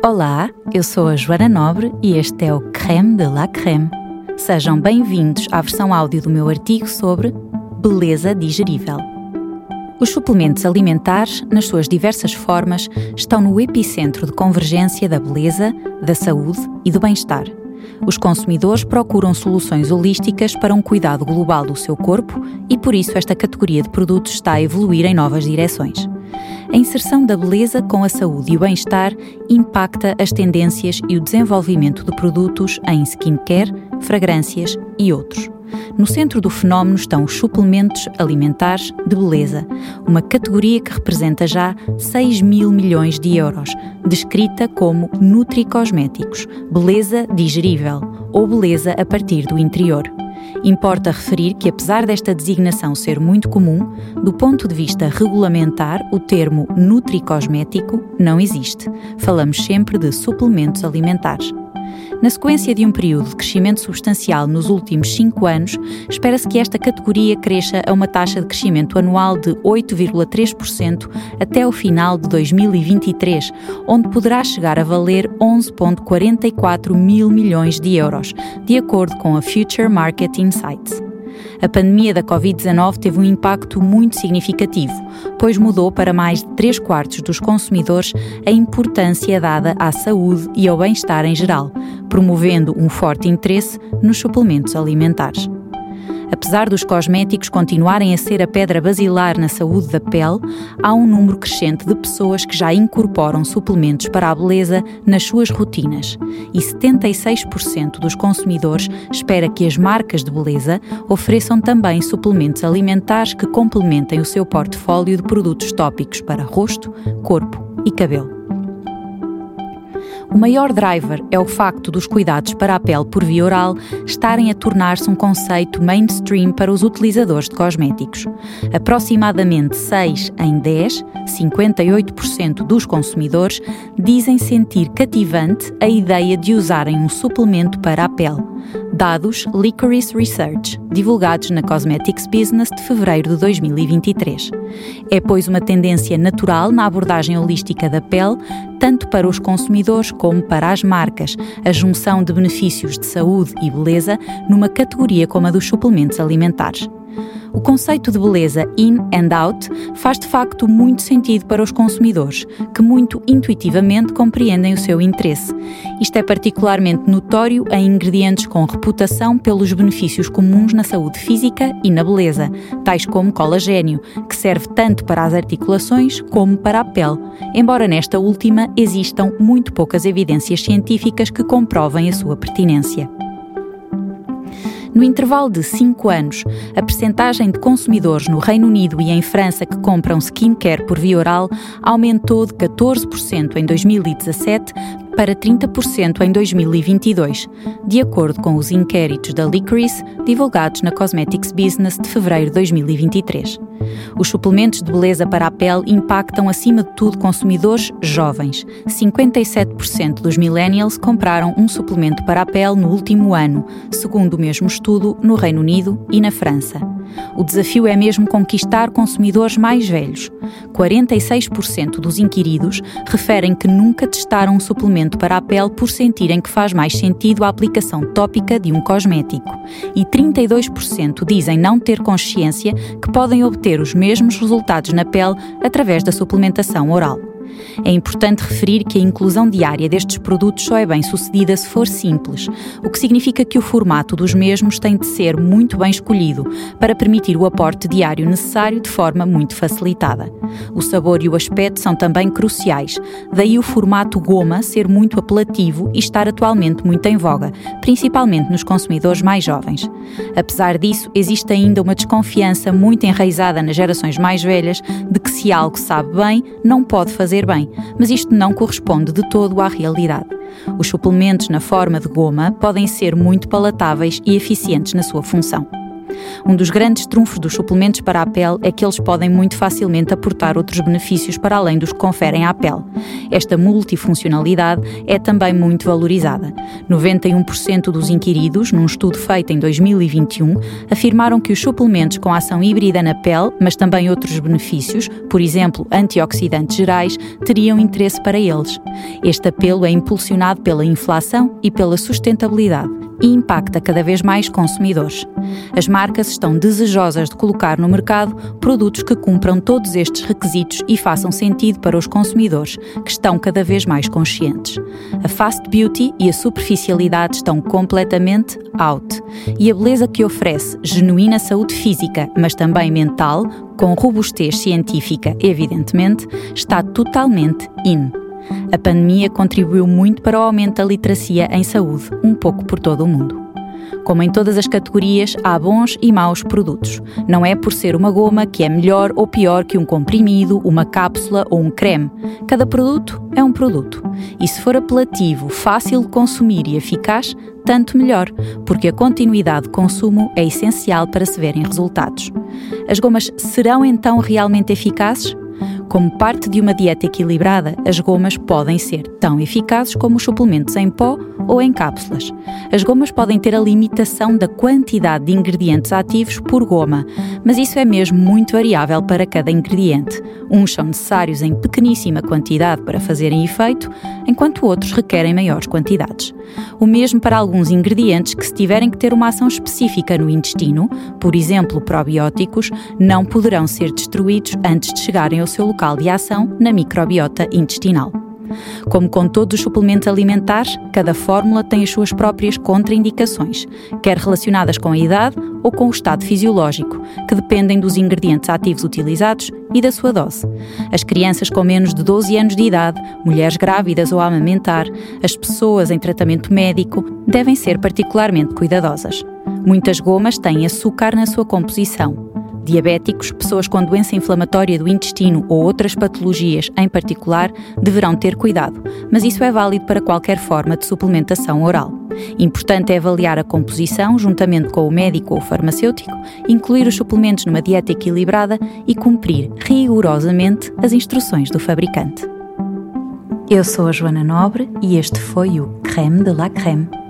Olá, eu sou a Joana Nobre e este é o Crème de la Crème. Sejam bem-vindos à versão áudio do meu artigo sobre beleza digerível. Os suplementos alimentares, nas suas diversas formas, estão no epicentro de convergência da beleza, da saúde e do bem-estar. Os consumidores procuram soluções holísticas para um cuidado global do seu corpo e, por isso, esta categoria de produtos está a evoluir em novas direções. A inserção da beleza com a saúde e o bem-estar impacta as tendências e o desenvolvimento de produtos em skincare, fragrâncias e outros. No centro do fenómeno estão os suplementos alimentares de beleza, uma categoria que representa já 6 mil milhões de euros, descrita como nutricosméticos, beleza digerível ou beleza a partir do interior. Importa referir que, apesar desta designação ser muito comum, do ponto de vista regulamentar, o termo nutricosmético não existe. Falamos sempre de suplementos alimentares. Na sequência de um período de crescimento substancial nos últimos 5 anos, espera-se que esta categoria cresça a uma taxa de crescimento anual de 8,3% até o final de 2023, onde poderá chegar a valer 11,44 mil milhões de euros, de acordo com a Future Market Insights. A pandemia da Covid-19 teve um impacto muito significativo, pois mudou para mais de 3/4 dos consumidores a importância dada à saúde e ao bem-estar em geral, promovendo um forte interesse nos suplementos alimentares. Apesar dos cosméticos continuarem a ser a pedra basilar na saúde da pele, há um número crescente de pessoas que já incorporam suplementos para a beleza nas suas rotinas e 76% dos consumidores espera que as marcas de beleza ofereçam também suplementos alimentares que complementem o seu portfólio de produtos tópicos para rosto, corpo e cabelo. O maior driver é o facto dos cuidados para a pele por via oral estarem a tornar-se um conceito mainstream para os utilizadores de cosméticos. Aproximadamente 6 em 10, 58% dos consumidores, dizem sentir cativante a ideia de usarem um suplemento para a pele. Dados Licorice Research, divulgados na Cosmetics Business de fevereiro de 2023. É, pois, uma tendência natural na abordagem holística da pele, tanto para os consumidores como para as marcas, a junção de benefícios de saúde e beleza numa categoria como a dos suplementos alimentares. O conceito de beleza in and out faz de facto muito sentido para os consumidores, que muito intuitivamente compreendem o seu interesse. Isto é particularmente notório em ingredientes com reputação pelos benefícios comuns na saúde física e na beleza, tais como colagênio, que serve tanto para as articulações como para a pele, embora nesta última existam muito poucas evidências científicas que comprovem a sua pertinência. No intervalo de 5 anos, a percentagem de consumidores no Reino Unido e em França que compram skincare por via oral aumentou de 14% em 2017 para 30% em 2022, de acordo com os inquéritos da Licorice divulgados na Cosmetics Business de fevereiro de 2023. Os suplementos de beleza para a pele impactam acima de tudo consumidores jovens. 57% dos millennials compraram um suplemento para a pele no último ano, segundo o mesmo estudo no Reino Unido e na França. O desafio é mesmo conquistar consumidores mais velhos. 46% dos inquiridos referem que nunca testaram um suplemento para a pele por sentirem que faz mais sentido a aplicação tópica de um cosmético. E 32% dizem não ter consciência que podem obter os mesmos resultados na pele através da suplementação oral. É importante referir que a inclusão diária destes produtos só é bem sucedida se for simples, o que significa que o formato dos mesmos tem de ser muito bem escolhido para permitir o aporte diário necessário de forma muito facilitada. O sabor e o aspecto são também cruciais, daí o formato goma ser muito apelativo e estar atualmente muito em voga, principalmente nos consumidores mais jovens. Apesar disso, existe ainda uma desconfiança muito enraizada nas gerações mais velhas de que se algo sabe bem, não pode fazer bem, mas isto não corresponde de todo à realidade. Os suplementos na forma de goma podem ser muito palatáveis e eficientes na sua função. Um dos grandes trunfos dos suplementos para a pele é que eles podem muito facilmente aportar outros benefícios para além dos que conferem à pele. Esta multifuncionalidade é também muito valorizada. 91% dos inquiridos, num estudo feito em 2021, afirmaram que os suplementos com ação híbrida na pele, mas também outros benefícios, por exemplo, antioxidantes gerais, teriam interesse para eles. Este apelo é impulsionado pela inflação e pela sustentabilidade e impacta cada vez mais consumidores. As marcas estão desejosas de colocar no mercado produtos que cumpram todos estes requisitos e façam sentido para os consumidores, que estão cada vez mais conscientes. A fast beauty e a superficialidade estão completamente out. E a beleza que oferece genuína saúde física, mas também mental, com robustez científica, evidentemente, está totalmente in. A pandemia contribuiu muito para o aumento da literacia em saúde, um pouco por todo o mundo. Como em todas as categorias, há bons e maus produtos. Não é por ser uma goma que é melhor ou pior que um comprimido, uma cápsula ou um creme. Cada produto é um produto. E se for apelativo, fácil de consumir e eficaz, tanto melhor, porque a continuidade de consumo é essencial para se verem resultados. As gomas serão então realmente eficazes? Como parte de uma dieta equilibrada, as gomas podem ser tão eficazes como os suplementos em pó ou em cápsulas. As gomas podem ter a limitação da quantidade de ingredientes ativos por goma, mas isso é mesmo muito variável para cada ingrediente. Uns são necessários em pequeníssima quantidade para fazerem efeito, enquanto outros requerem maiores quantidades. O mesmo para alguns ingredientes que, se tiverem que ter uma ação específica no intestino, por exemplo, probióticos, não poderão ser destruídos antes de chegarem ao seu local de ação na microbiota intestinal. Como com todos os suplementos alimentares, cada fórmula tem as suas próprias contraindicações, quer relacionadas com a idade ou com o estado fisiológico, que dependem dos ingredientes ativos utilizados e da sua dose. As crianças com menos de 12 anos de idade, mulheres grávidas ou a amamentar, as pessoas em tratamento médico, devem ser particularmente cuidadosas. Muitas gomas têm açúcar na sua composição. Diabéticos, pessoas com doença inflamatória do intestino ou outras patologias em particular, deverão ter cuidado, mas isso é válido para qualquer forma de suplementação oral. Importante é avaliar a composição juntamente com o médico ou farmacêutico, incluir os suplementos numa dieta equilibrada e cumprir rigorosamente as instruções do fabricante. Eu sou a Joana Nobre e este foi o Crème de la Crème.